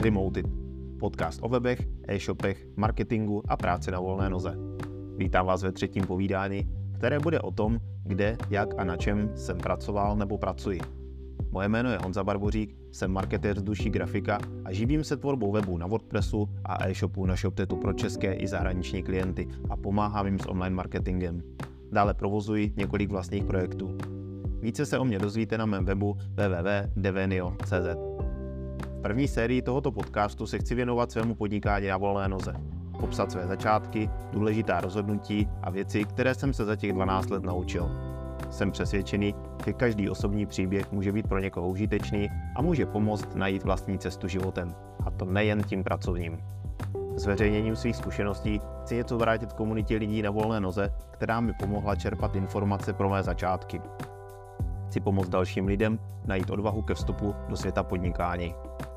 Remoted, podcast o webech, e-shopech, marketingu a práci na volné noze. Vítám vás ve třetím povídání, které bude o tom, kde, jak a na čem jsem pracoval nebo pracuji. Moje jméno je Honza Barbořík, jsem marketér z duší grafika a živím se tvorbou webu na WordPressu a e-shopu na ShopTetu pro české i zahraniční klienty a pomáhám jim s online marketingem. Dále provozuji několik vlastních projektů. Více se o mě dozvíte na mém webu www.devenio.cz. V první sérii tohoto podcastu se chci věnovat svému podnikání na volné noze. Popsat své začátky, důležitá rozhodnutí a věci, které jsem se za těch 12 let naučil. Jsem přesvědčený, že každý osobní příběh může být pro někoho užitečný a může pomoct najít vlastní cestu životem. A to nejen tím pracovním. Zveřejněním svých zkušeností chci něco vrátit komunitě lidí na volné noze, která mi pomohla čerpat informace pro mé začátky. Chci pomoct dalším lidem najít odvahu ke vstupu do světa podnikání.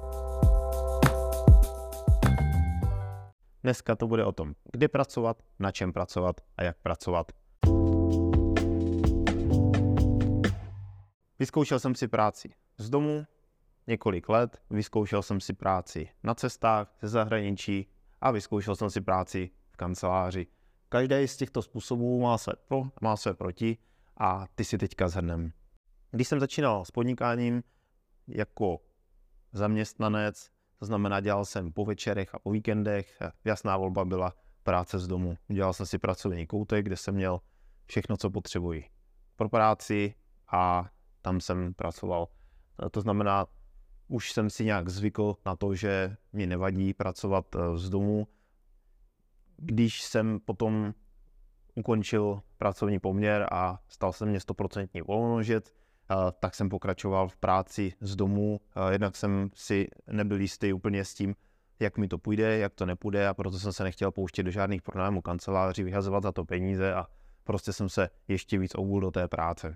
Dneska to bude o tom, kde pracovat, na čem pracovat a jak pracovat. Vyzkoušel jsem si práci z domu několik let, vyzkoušel jsem si práci na cestách ze zahraničí a vyzkoušel jsem si práci v kanceláři. Každý z těchto způsobů má své pro, má své proti a ty si teďka shrnem. Když jsem začínal s podnikáním jako zaměstnanec, to znamená, dělal jsem po večerech a po víkendech, jasná volba byla práce z domu. Dělal jsem si pracovní koutek, kde jsem měl všechno, co potřebuji pro práci a tam jsem pracoval. To znamená, už jsem si nějak zvykl na to, že mi nevadí pracovat z domu. Když jsem potom ukončil pracovní poměr a stal se mě 100% volnožec, tak jsem pokračoval v práci z domu. Jednak jsem si nebyl jistý úplně s tím, jak mi to půjde, jak to nepůjde a proto jsem se nechtěl pouštět do žádných pronájmů kanceláří, vyhazovat za to peníze a prostě jsem se ještě víc obul do té práce.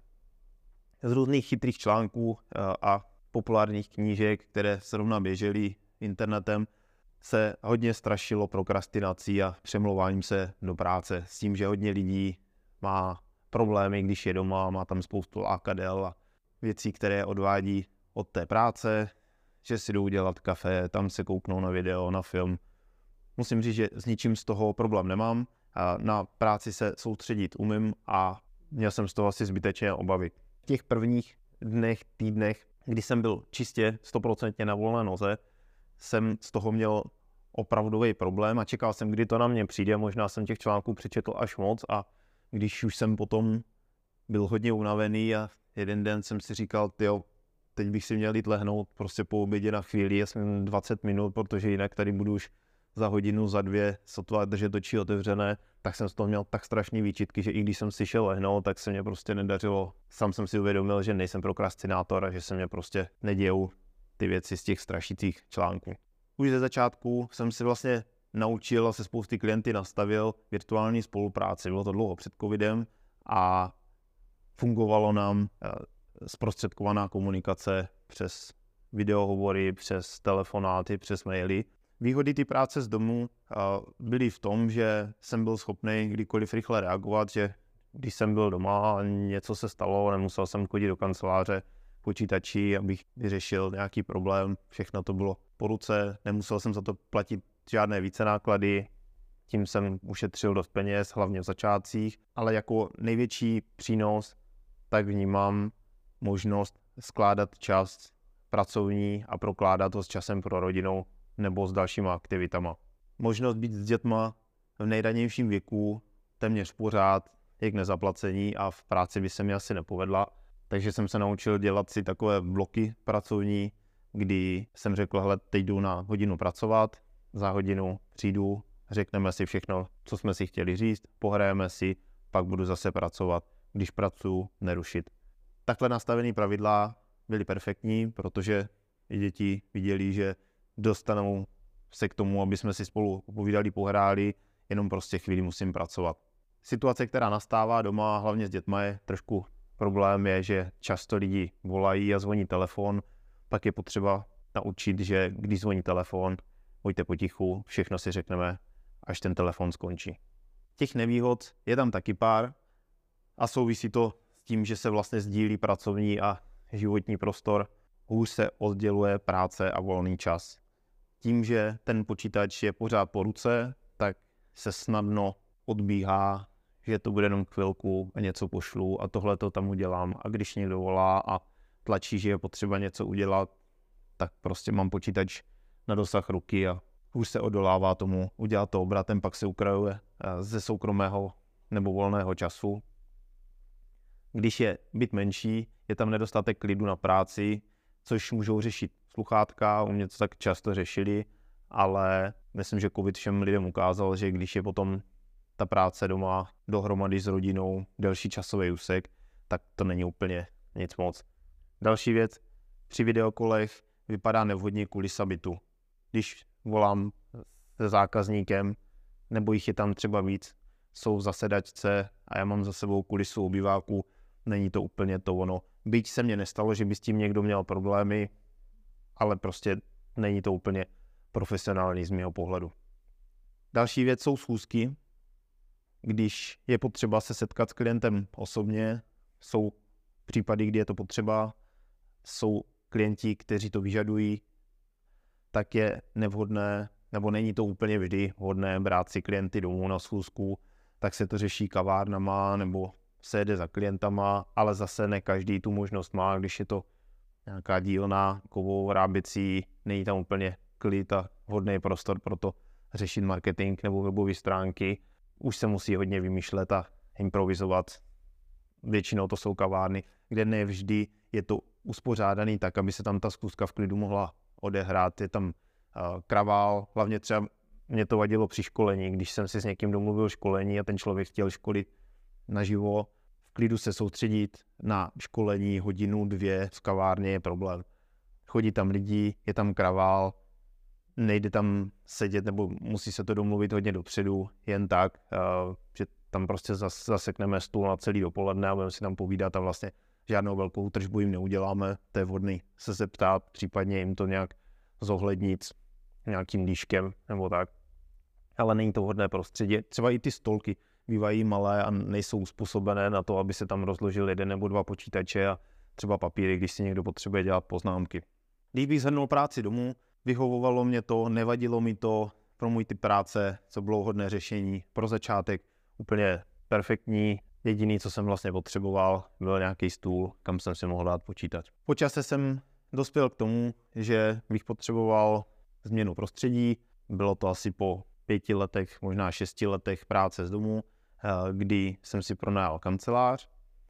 Z různých chytrých článků a populárních knížek, které zrovna běžely internetem, se hodně strašilo prokrastinací a přemlouváním se do práce s tím, že hodně lidí má problémy, když je doma, má tam spoustu lákadel a věcí, které odvádí od té práce, že si jdou dělat kafe, tam se kouknou na video, na film. Musím říct, že s ničím z toho problém nemám. Na práci se soustředit umím a měl jsem z toho asi zbytečné obavy. V těch prvních dnech, týdnech, kdy jsem byl čistě 100% na volné noze, jsem z toho měl opravdový problém a čekal jsem, kdy to na mě přijde. Možná jsem těch článků přečetl až moc a když už jsem potom byl hodně unavený a jeden den jsem si říkal, teď bych si měl jít lehnout prostě po obědě na chvíli, asi 20 minut, protože jinak tady budu už za hodinu, za dvě sotva držet oči otevřené, tak jsem z toho měl tak strašný výčitky, že i když jsem si šel lehnout, tak se mě prostě nedařilo. Sám jsem si uvědomil, že nejsem prokrastinátor a že se mě prostě nedějou ty věci z těch strašících článků. Už ze začátku jsem si vlastně naučil a se spousty klienty nastavil virtuální spolupráci. Bylo to dlouho před covidem a fungovalo nám zprostředkovaná komunikace přes videohovory, přes telefonáty, přes maily. Výhody ty práce z domu byly v tom, že jsem byl schopný kdykoliv rychle reagovat, že když jsem byl doma a něco se stalo, nemusel jsem chodit do kanceláře počítači, abych vyřešil nějaký problém. Všechno to bylo po ruce, nemusel jsem za to platit žádné vícenáklady, tím jsem ušetřil dost peněz, hlavně v začátcích, ale jako největší přínos tak vnímám možnost skládat čas pracovní a prokládat ho s časem pro rodinu nebo s dalšíma aktivitama. Možnost být s dětma v nejranějším věku téměř pořád je k nezaplacení a v práci by se mi asi nepovedla, takže jsem se naučil dělat si takové bloky pracovní, kdy jsem řekl, hele, teď jdu na hodinu pracovat, za hodinu přijdu, řekneme si všechno, co jsme si chtěli říct, pohrajeme si, pak budu zase pracovat, když pracuji, nerušit. Takhle nastavené pravidla byly perfektní, protože i děti viděli, že dostanou se k tomu, aby jsme si spolu povídali, pohráli, jenom prostě chvíli musím pracovat. Situace, která nastává doma, hlavně s dětma, je trošku problém, je, že často lidi volají a zvoní telefon, pak je potřeba naučit, že když zvoní telefon, buďte potichu, všechno si řekneme, až ten telefon skončí. Těch nevýhod je tam taky pár a souvisí to s tím, že se vlastně sdílí pracovní a životní prostor, hůř se odděluje práce a volný čas. tím, že ten počítač je pořád po ruce, tak se snadno odbíhá, že to bude jenom chvilku a něco pošlu a tohle to tam udělám. A když někdo volá a tlačí, že je potřeba něco udělat, tak prostě mám počítač na dosah ruky a už se odolává tomu udělat to obratem, pak se ukrajuje ze soukromého nebo volného času. Když je byt menší, je tam nedostatek klidu na práci, což můžou řešit sluchátka, u mě to tak často řešili, ale myslím, že covid všem lidem ukázal, že když je potom ta práce doma dohromady s rodinou, delší časový úsek, tak to není úplně nic moc. Další věc, při videokolech vypadá nevhodně kulisa bytu. Když volám se zákazníkem, nebo jich je tam třeba víc, jsou v zasedačce a já mám za sebou kulisu obýváku, není to úplně to ono. Byť se mně nestalo, že by s tím někdo měl problémy, ale prostě není to úplně profesionální z mého pohledu. Další věc jsou schůzky. Když je potřeba se setkat s klientem osobně, jsou případy, kdy je to potřeba, jsou klienti, kteří to vyžadují, tak je nevhodné, nebo není to úplně vždy vhodné brát si klienty domů na schůzku, tak se to řeší kavárnama nebo se jede za klientama, ale zase ne každý tu možnost má, když je to nějaká dílna kovou ráběcí, není tam úplně klid a vhodný prostor pro to řešit marketing nebo webové stránky. Už se musí hodně vymýšlet a improvizovat. Většinou to jsou kavárny, kde ne vždy je to uspořádaný tak, aby se tam ta schůzka v klidu mohla odehrát. Je tam kravál, hlavně třeba mě to vadilo při školení, když jsem si s někým domluvil školení a ten člověk chtěl školit naživo, v klidu se soustředit na školení hodinu, 2 v kavárně je problém. Chodí tam lidi, je tam kravál, nejde tam sedět nebo musí se to domluvit hodně dopředu, jen tak, že tam prostě zasekneme stůl na celý dopoledne a budeme si tam povídat a vlastně žádnou velkou tržbu jim neuděláme, to je vhodný se zeptat, případně jim to nějak zohlednit nějakým líškem nebo tak. Ale není to vhodné prostředí. Třeba i ty stolky bývají malé a nejsou uspůsobené na to, aby se tam rozložil 1 nebo 2 počítače a třeba papíry, když si někdo potřebuje dělat poznámky. Když bych shrnul práci domů, vyhovovalo mě to, nevadilo mi to, pro můj typ práce, co bylo vhodné řešení. Pro začátek úplně perfektní. Jediný, co jsem vlastně potřeboval, byl nějaký stůl, kam jsem si mohl dát počítač. Po čase jsem dospěl k tomu, že bych potřeboval změnu prostředí. Bylo to asi po 5 letech, možná 6 letech práce z domu, kdy jsem si pronajal kancelář.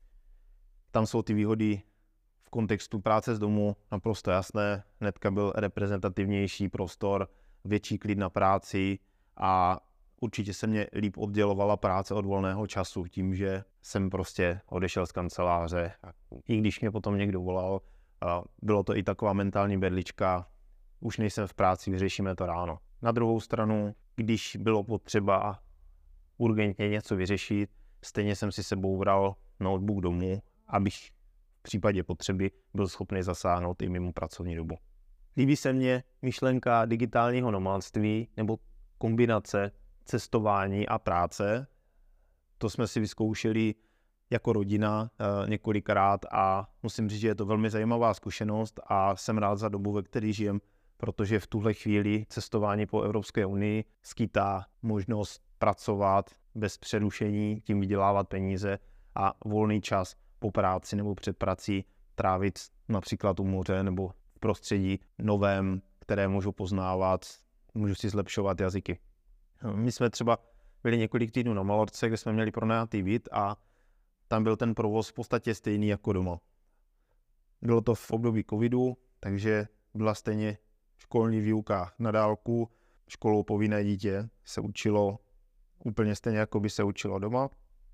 Tam jsou ty výhody v kontextu práce z domu naprosto jasné. Hnedka byl reprezentativnější prostor, větší klid na práci a určitě se mě líp oddělovala práce od volného času tím, že jsem prostě odešel z kanceláře. I když mě potom někdo volal, bylo to i taková mentální berlička, už nejsem v práci, vyřešíme to ráno. Na druhou stranu, když bylo potřeba urgentně něco vyřešit, stejně jsem si sebou bral notebook domů, abych v případě potřeby byl schopný zasáhnout i mimo pracovní dobu. Líbí se mně myšlenka digitálního nomádství nebo kombinace cestování a práce. To jsme si vyzkoušeli jako rodina několikrát a musím říct, že je to velmi zajímavá zkušenost a jsem rád za dobu, ve které žijem, protože v tuhle chvíli cestování po Evropské unii skýtá možnost pracovat bez přerušení, tím vydělávat peníze a volný čas po práci nebo před prací trávit například u moře nebo v prostředí novém, které můžu poznávat, můžu si zlepšovat jazyky. My jsme třeba byli několik týdnů na Malorce, kde jsme měli pronajatý byt a tam byl ten provoz v podstatě stejný jako doma. Bylo to v období covidu, takže byla stejně školní výuka na dálku, školou povinné dítě se učilo úplně stejně, jako by se učilo doma.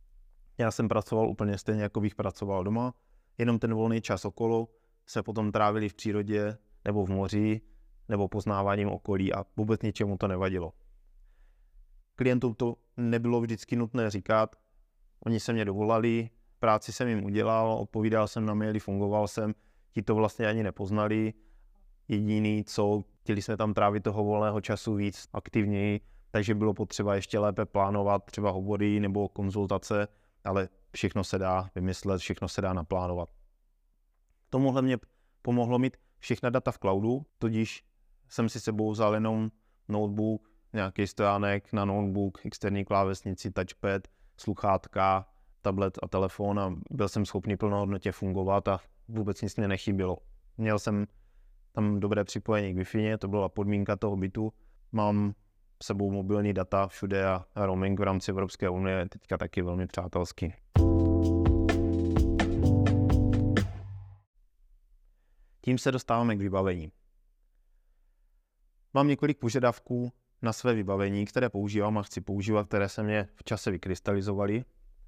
Já jsem pracoval úplně stejně, jako bych pracoval doma, jenom ten volný čas okolo se potom trávili v přírodě nebo v moři nebo poznáváním okolí a vůbec ničemu to nevadilo. Klientům to nebylo vždycky nutné říkat, oni se mě dovolali, práci jsem jim udělal, odpovídal jsem na maily, fungoval jsem, ti to vlastně ani nepoznali. Jediný, co chtěli jsme tam trávit toho volného času víc aktivněji, takže bylo potřeba ještě lépe plánovat třeba hovory nebo konzultace, ale všechno se dá vymyslet, všechno se dá naplánovat. K tomuhle mě pomohlo mít všechna data v cloudu, tudíž jsem si sebou vzal jenom notebook, nějaký stojánek na notebook, externí klávesnici, touchpad, sluchátka, tablet a telefon a byl jsem schopný plnohodnotně fungovat a vůbec nic mě nechybělo. Měl jsem tam dobré připojení k Wi-Fi, to byla podmínka toho bytu. Mám s sebou mobilní data všude a roaming v rámci Evropské unie je teďka taky velmi přátelský. Tím se dostáváme k vybavení. Mám několik požadavků na své vybavení, které používám a chci používat, které se mě v čase vykrystalizovaly.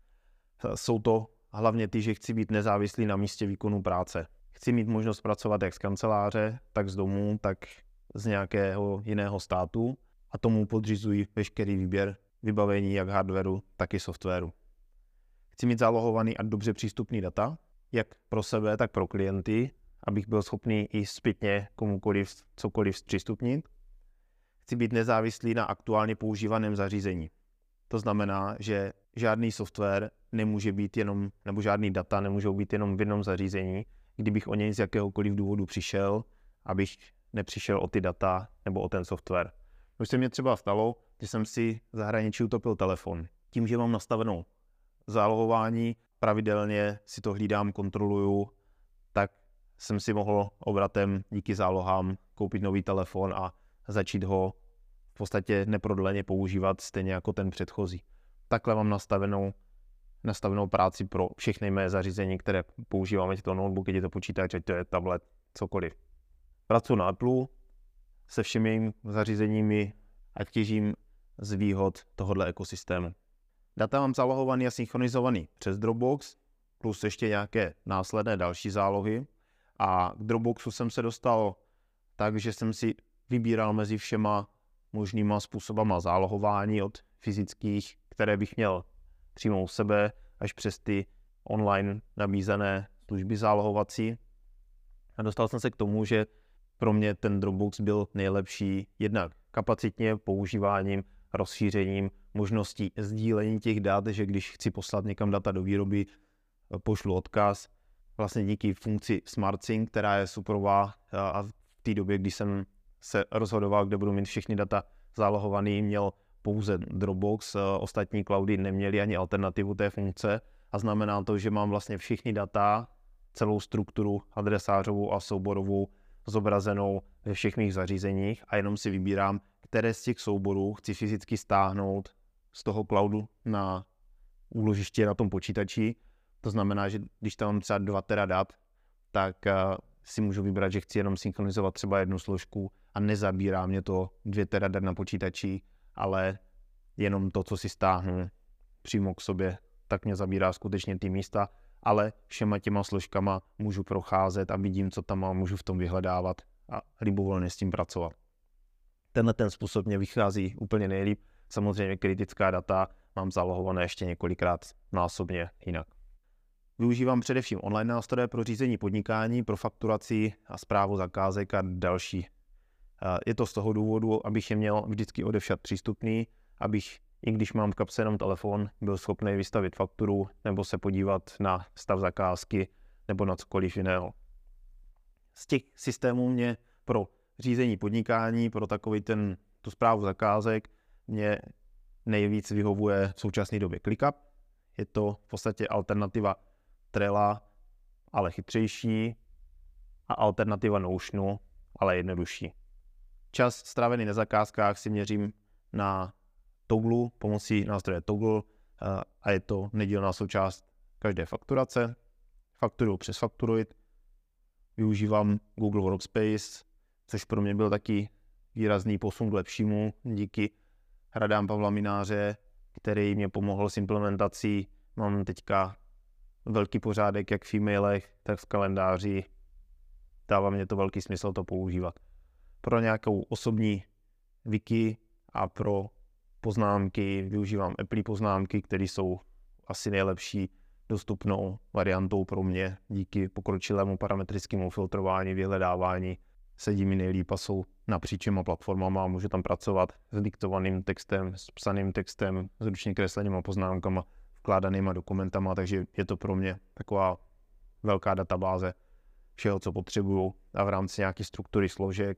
Jsou to hlavně ty, že chci být nezávislý na místě výkonu práce. Chci mít možnost pracovat jak z kanceláře, tak z domu, tak z nějakého jiného státu a tomu podřizuji veškerý výběr vybavení jak hardwareu, tak i softwaru. Chci mít zálohovaný a dobře přístupný data, jak pro sebe, tak pro klienty, abych byl schopný i zpětně komukoliv cokoliv zpřístupnit. Chci být nezávislý na aktuálně používaném zařízení. To znamená, že žádný software nemůže být jenom, nebo žádný data nemůžou být jenom v jednom zařízení, kdybych o něj z jakéhokoliv důvodu přišel, abych nepřišel o ty data nebo o ten software. Už se mě třeba stalo, že jsem si v zahraničí utopil telefon. Tím, že mám nastavenou zálohování, pravidelně si to hlídám, kontroluju, tak jsem si mohl obratem díky zálohám koupit nový telefon a začít ho v podstatě neprodleně používat stejně jako ten předchozí. Takhle mám nastavenou práci pro všechny mé zařízení, které používám, ať to notebook, ať to počítač, ať to je tablet, cokoliv. Pracuji na Apple se všemi zařízeními a těžím z výhod tohoto ekosystému. Data mám zálohovaný a synchronizovaný přes Dropbox, plus ještě nějaké následné další zálohy. A k Dropboxu jsem se dostal tak, že jsem si vybíral mezi všema možnýma způsobama zálohování od fyzických, které bych měl přímo u sebe, až přes ty online nabízené služby zálohovací. A dostal jsem se k tomu, že pro mě ten Dropbox byl nejlepší jednak kapacitně, používáním, rozšířením, možností sdílení těch dat, že když chci poslat někam data do výroby, pošlu odkaz. Vlastně díky funkci SmartSync, která je superová a v té době, kdy jsem se rozhodoval, kde budu mít všechny data zálohovaný, měl pouze Dropbox, ostatní cloudy neměly ani alternativu té funkce a znamená to, že mám vlastně všechny data, celou strukturu adresářovou a souborovou zobrazenou ve všech mých zařízeních a jenom si vybírám, které z těch souborů chci fyzicky stáhnout z toho cloudu na úložiště na tom počítači. To znamená, že když tam mám třeba 2 tera dat, tak si můžu vybrat, že chci jenom synchronizovat třeba jednu složku a nezabírá mě to 2 tera dat na počítači, ale jenom to, co si stáhnu přímo k sobě, tak mě zabírá skutečně ty místa, ale všema těma složkama můžu procházet a vidím, co tam mám, můžu v tom vyhledávat a libovolně s tím pracovat. Tenhle ten způsob mě vychází úplně nejlíp. Samozřejmě kritická data mám zálohované ještě několikrát násobně jinak. Využívám především online nástroje pro řízení podnikání, pro fakturaci a správu zakázek a další. Je to z toho důvodu, abych je měl vždycky odevšad přístupný, abych, i když mám v kapse jenom telefon, byl schopný vystavit fakturu nebo se podívat na stav zakázky nebo na cokoliv jiného. Z těch systémů mě pro řízení podnikání, pro tu správu zakázek, mě nejvíc vyhovuje v současné době ClickUp. Je to v podstatě alternativa Trella, ale chytřejší a alternativa Notionu, ale jednodušší. Čas strávený na zakázkách si měřím na Togglu, pomocí nástroje Toggle a je to nedílná součást každé fakturace. Fakturuju přes Fakturoid, využívám Google Workspace, což pro mě byl taky výrazný posun k lepšímu díky radám Pavla Mináře, který mě pomohl s implementací. Mám teďka velký pořádek jak v e-mailech, tak v kalendáři. Dává mě to velký smysl to používat. Pro nějakou osobní wiki a pro poznámky využívám Apple poznámky, které jsou asi nejlepší dostupnou variantou pro mě díky pokročilému parametrickému filtrování, vyhledávání. Sedí mi nejlíp a jsou napříč těma platformama a můžu tam pracovat s diktovaným textem, s psaným textem, s ručně kreslenýma poznámkama, vkládanýma dokumentama, takže je to pro mě taková velká databáze všeho, co potřebuju a v rámci nějaké struktury složek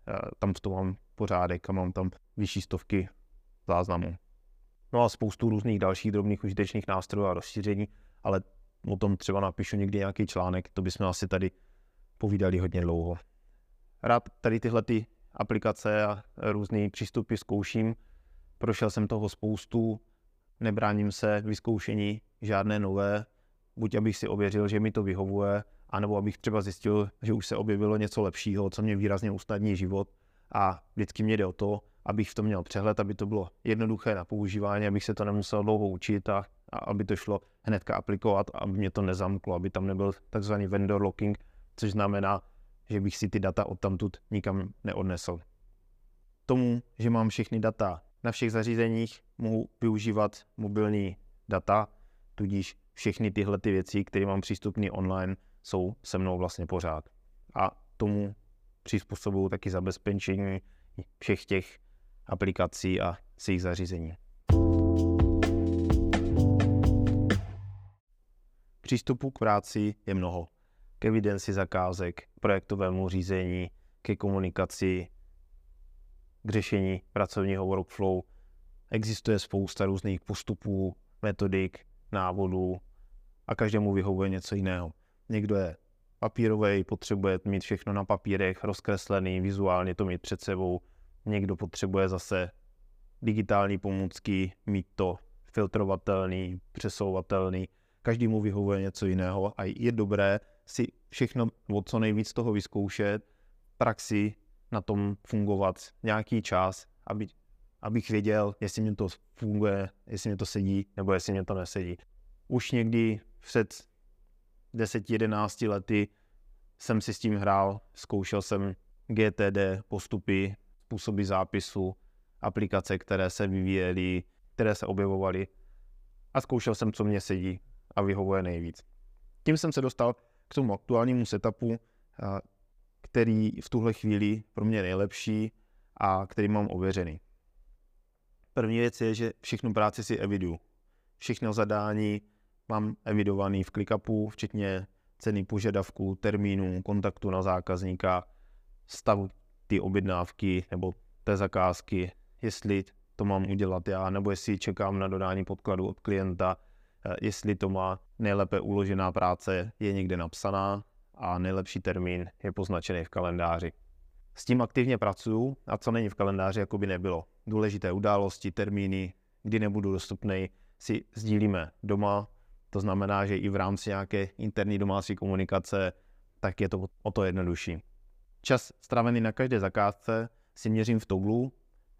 tam v tom mám pořádek a mám tam vyšší stovky záznamů. No a spoustu různých dalších drobných užitečných nástrojů a rozšíření, ale o tom třeba napíšu někdy nějaký článek, to bychom asi tady povídali hodně dlouho. Rád tady tyhle ty aplikace a různé přístupy zkouším. Prošel jsem toho spoustu, nebráním se vyzkoušení žádné nové, buď abych si ověřil, že mi to vyhovuje, anebo abych třeba zjistil, že už se objevilo něco lepšího, co mě výrazně usnadní život, a vždycky mě jde o to, abych v tom měl přehled, aby to bylo jednoduché na používání, abych se to nemusel dlouho učit a aby to šlo hnedka aplikovat, aby mě to nezamklo, aby tam nebyl takzvaný vendor locking, což znamená, že bych si ty data odtamtud nikam neodnesl. Tomu, že mám všechny data na všech zařízeních, mohu využívat mobilní data, tudíž všechny tyhle ty věci, které mám přístupné online, jsou se mnou vlastně pořád. A tomu přizpůsobuju taky zabezpečení všech těch aplikací a svých zařízení. Přístupů k práci je mnoho. K evidenci zakázek, k projektovému řízení, ke komunikaci, k řešení pracovního workflow. Existuje spousta různých postupů, metodik, návodů a každému vyhovuje něco jiného. Někdo je papírový, potřebuje mít všechno na papírech, rozkreslený, vizuálně to mít před sebou. Někdo potřebuje zase digitální pomůcky, mít to filtrovatelný, přesouvatelný. Každému vyhovuje něco jiného a je dobré si všechno od co nejvíc toho vyzkoušet, praxi na tom fungovat nějaký čas, abych věděl, jestli mě to funguje, jestli mě to sedí, nebo jestli mě to nesedí. Už někdy před 10-11 lety jsem si s tím hrál, zkoušel jsem GTD, postupy, způsoby zápisu, aplikace, které se vyvíjely, které se objevovaly, a zkoušel jsem, co mě sedí a vyhovuje nejvíc. Tím jsem se dostal k tomu aktuálnímu setupu, který v tuhle chvíli pro mě je nejlepší a který mám ověřený. První věc je, že všechnu práci si eviduju. Všechno zadání mám evidovaný v ClickUpu, včetně ceny požadavků, termínů, kontaktu na zákazníka, stavu ty objednávky nebo té zakázky, jestli to mám udělat já, nebo jestli čekám na dodání podkladu od klienta, jestli to má nejlépe uložená práce, je někde napsaná a nejlepší termín je poznačený v kalendáři. S tím aktivně pracuju a co není v kalendáři, jako by nebylo. Důležité události, termíny, kdy nebudu dostupný, si sdílíme doma. To znamená, že i v rámci nějaké interní domácí komunikace, tak je to o to jednodušší. Čas strávený na každé zakázce si měřím v Togglu,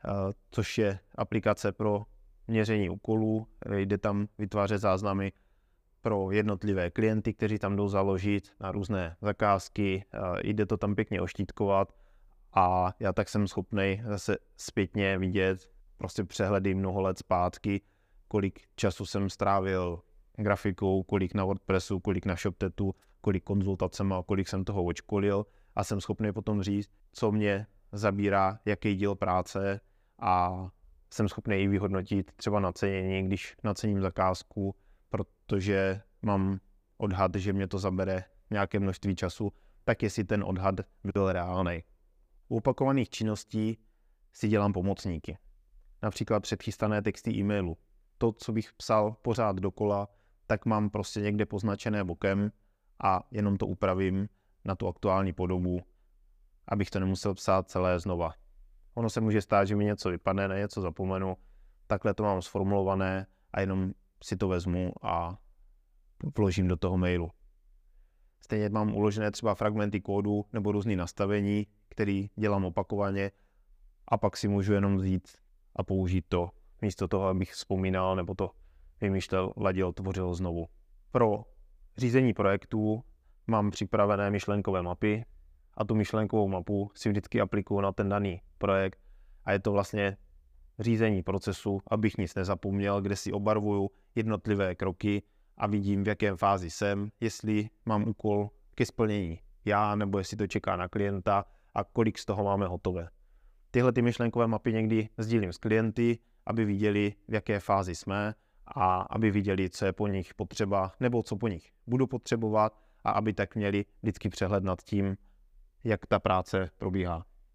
což je aplikace pro měření úkolů. Jde tam vytvářet záznamy pro jednotlivé klienty, kteří tam jdou založit na různé zakázky. Jde to tam pěkně oštítkovat a já tak jsem schopnej zase zpětně vidět prostě přehledy mnoho let zpátky, kolik času jsem strávil grafikou, kolik na WordPressu, kolik na ShopTetu, kolik konzultacema, kolik jsem toho odškolil, a jsem schopný potom říct, co mě zabírá, jaký díl práce, a jsem schopný i vyhodnotit třeba nacenění, když nacením zakázku, protože mám odhad, že mě to zabere nějaké množství času, tak jestli ten odhad byl reálný. U opakovaných činností si dělám pomocníky. Například předchystané texty e-mailu. To, co bych psal pořád dokola, tak mám prostě někde poznačené bokem a jenom to upravím na tu aktuální podobu, abych to nemusel psát celé znova. Ono se může stát, že mi něco vypadne, na něco zapomenu, takhle to mám sformulované a jenom si to vezmu a vložím do toho mailu. Stejně mám uložené třeba fragmenty kódu nebo různé nastavení, který dělám opakovaně, a pak si můžu jenom vzít a použít to, místo toho, abych vzpomínal nebo to vymýšlel, ladil, tvořil znovu. Pro řízení projektů mám připravené myšlenkové mapy a tu myšlenkovou mapu si vždycky aplikuju na ten daný projekt a je to vlastně řízení procesu, abych nic nezapomněl, kde si obarvuju jednotlivé kroky a vidím, v jakém fázi jsem, jestli mám úkol ke splnění já, nebo jestli to čeká na klienta a kolik z toho máme hotové. Tyhle ty myšlenkové mapy někdy sdílím s klienty, aby viděli, v jaké fázi jsme a aby viděli, co je po nich potřeba nebo co po nich budu potřebovat, a aby tak měli vždycky přehled nad tím, jak ta práce probíhá.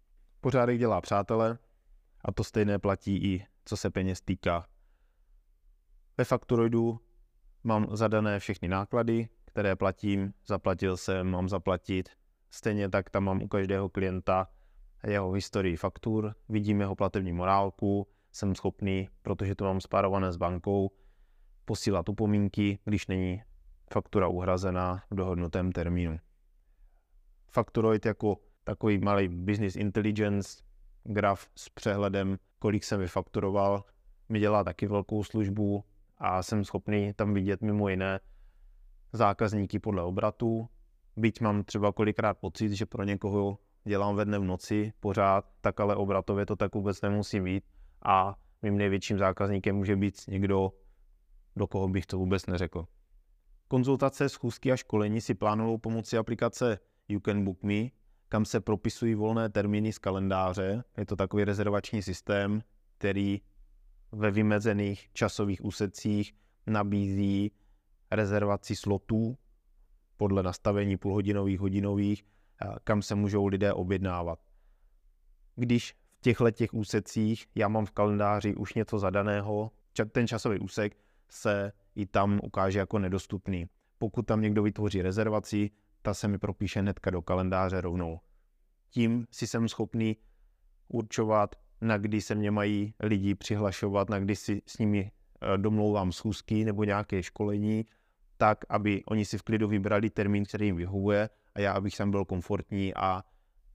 Pořádek dělá přátele a to stejné platí i co se peněz týká. Ve Fakturoidu mám zadané všechny náklady, které platím, zaplatil jsem, mám zaplatit. Stejně tak tam mám u každého klienta jeho historii faktur, vidím jeho platební morálku, jsem schopný, protože to mám spárované s bankou, posílat upomínky, když není faktura uhrazená v dohodnutém termínu. Fakturoid jako takový malý business intelligence graf s přehledem, kolik jsem vyfakturoval, mi dělá taky velkou službu a jsem schopný tam vidět mimo jiné zákazníky podle obratu. Byť mám třeba kolikrát pocit, že pro někoho dělám ve dne v noci pořád, tak ale obratově to tak vůbec nemusím být a mým největším zákazníkem může být někdo, do koho bych to vůbec neřekl. Konzultace, schůzky a školení si plánují pomocí aplikace You Can Book Me, kam se propisují volné termíny z kalendáře. Je to takový rezervační systém, který ve vymezených časových úsecích nabízí rezervaci slotů podle nastavení půlhodinových, hodinových, kam se můžou lidé objednávat. Když v těchto úsecích já mám v kalendáři už něco zadaného, ten časový úsek se i tam ukáže jako nedostupný. Pokud tam někdo vytvoří rezervaci, ta se mi propíše hnedka do kalendáře rovnou. Tím si jsem schopný určovat, na kdy se mě mají lidi přihlašovat, na kdy si s nimi domlouvám schůzky nebo nějaké školení, tak, aby oni si v klidu vybrali termín, který jim vyhovuje a já, abych tam byl komfortní a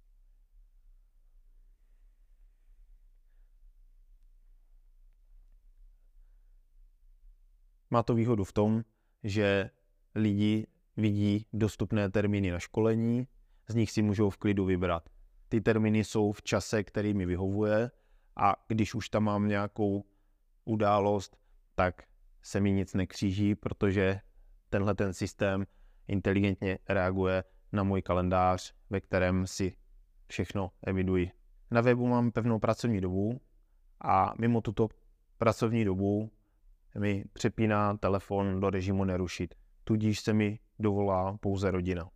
má to výhodu v tom, že lidi vidí dostupné termíny na školení, z nich si můžou v klidu vybrat. Ty termíny jsou v čase, který mi vyhovuje a když už tam mám nějakou událost, tak se mi nic nekříží, protože tenhle ten systém inteligentně reaguje na můj kalendář, ve kterém si všechno eviduji. Na webu mám pevnou pracovní dobu a mimo tuto pracovní dobu mi přepíná telefon do režimu nerušit. Tudíž se mi dovolá pouze rodina.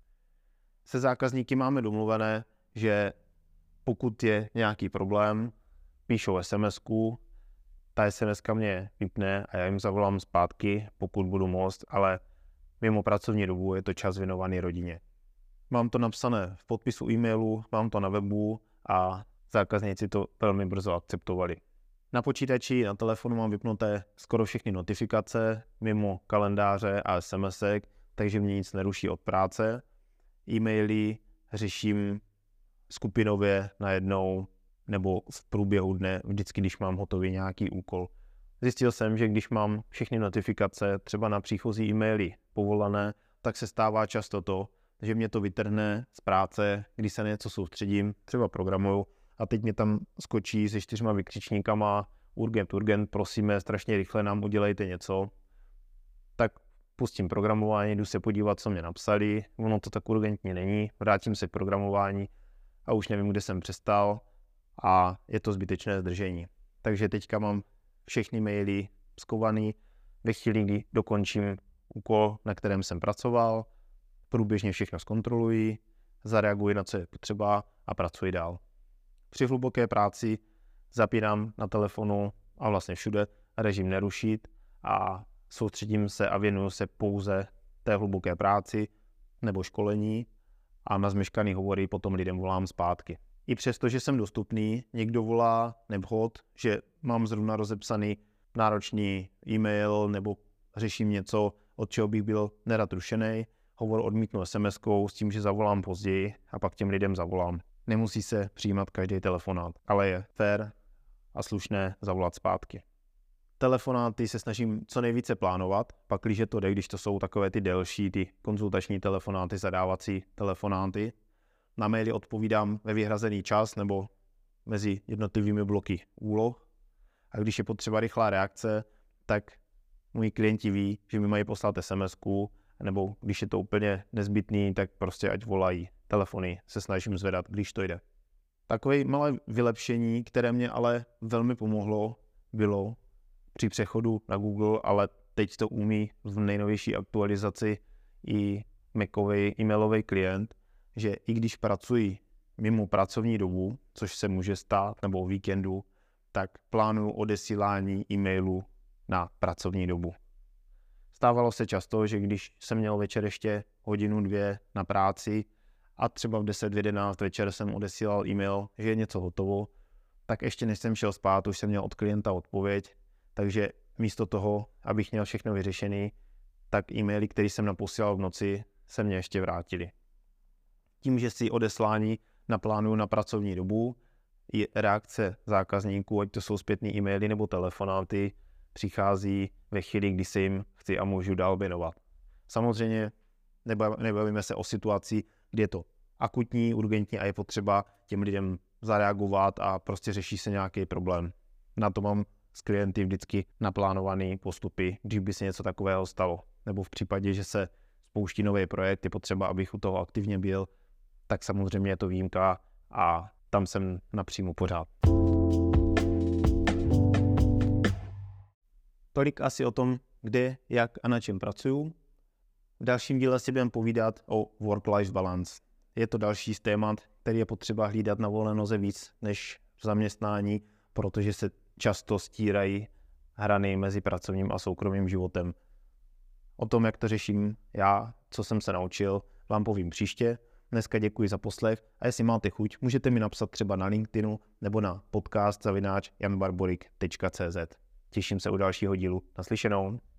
Se zákazníky máme domluvené, že pokud je nějaký problém, píšou SMS-ku, ta SMS-ka mě vypne a já jim zavolám zpátky, pokud budu moct, ale mimo pracovní dobu je to čas věnovaný rodině. Mám to napsané v podpisu e-mailu, mám to na webu a zákazníci to velmi brzo akceptovali. Na počítači, na telefonu mám vypnuté skoro všechny notifikace, mimo kalendáře a SMSek, takže mě nic neruší od práce. E-maily řeším skupinově najednou nebo v průběhu dne, vždycky, když mám hotový nějaký úkol. Zjistil jsem, že když mám všechny notifikace, třeba na příchozí e-maily povolané, tak se stává často to, že mě to vytrhne z práce, když se na něco soustředím, třeba programuju, a teď mě tam skočí se 4 vykřičníkama urgent, prosíme, strašně rychle nám udělejte něco. Tak pustím programování, jdu se podívat, co mě napsali, ono to tak urgentně není, vrátím se k programování a už nevím, kde jsem přestal a je to zbytečné zdržení. Takže teďka mám všechny maily skovaný, ve chvíli, kdy dokončím úkol, na kterém jsem pracoval, průběžně všechno zkontroluji, zareaguji na co je potřeba a pracuji dál. Při hluboké práci zapínám na telefonu a vlastně všude režim nerušit a soustředím se a věnuju se pouze té hluboké práci nebo školení a na zmeškaný hovory potom lidem volám zpátky. I přesto, že jsem dostupný, někdo volá nevhod, že mám zrovna rozepsaný náročný e-mail nebo řeším něco, od čeho bych byl nerad rušený, hovor odmítnu SMS-kou s tím, že zavolám později a pak těm lidem zavolám. Nemusí se přijímat každý telefonát, ale je fér a slušné zavolat zpátky. Telefonáty se snažím co nejvíce plánovat, pakliže to jde, když to jsou takové ty delší, ty konzultační telefonáty, zadávací telefonáty. Na maily odpovídám ve vyhrazený čas nebo mezi jednotlivými bloky úloh. A když je potřeba rychlá reakce, tak moji klienti ví, že mi mají poslat SMS-ku, nebo když je to úplně nezbytný, tak prostě ať volají. Telefony se snažím zvedat, když to jde. Takové malé vylepšení, které mě ale velmi pomohlo, bylo při přechodu na Google, ale teď to umí v nejnovější aktualizaci i Macový e-mailový klient, že i když pracuji mimo pracovní dobu, což se může stát, nebo o víkendu, tak plánuju odesílání e-mailů na pracovní dobu. Stávalo se často, že když jsem měl večer ještě hodinu, 2 na práci a třeba v 10, v 11 večer jsem odesílal e-mail, že je něco hotovo, tak ještě než jsem šel spát, už jsem měl od klienta odpověď, takže místo toho, abych měl všechno vyřešený, tak e-maily, které jsem naposílal v noci, se mě ještě vrátily. Tím, že si odeslání naplánuju na pracovní dobu, i reakce zákazníků, ať to jsou zpětné e-maily nebo telefonáty, přichází ve chvíli, kdy se jim chci a můžu dál věnovat. Samozřejmě nebavíme se o situaci, kdy je to akutní, urgentní a je potřeba těm lidem zareagovat a prostě řeší se nějaký problém. Na to mám s klienty vždycky naplánované postupy, když by se něco takového stalo. Nebo v případě, že se spouští nový projekt, je potřeba, abych u toho aktivně byl, tak samozřejmě je to výjimka a tam jsem napřímo pořád. Tolik asi o tom, kde, jak a na čem pracuju. V dalším díle si budeme povídat o work-life balance. Je to další z témat, který je potřeba hlídat na volné noze víc než v zaměstnání, protože se často stírají hrany mezi pracovním a soukromým životem. O tom, jak to řeším já, co jsem se naučil, vám povím příště. Dneska děkuji za poslech a jestli máte chuť, můžete mi napsat třeba na LinkedInu nebo na podcast@janbarborik.cz. Těším se u dalšího dílu. Naslyšenou.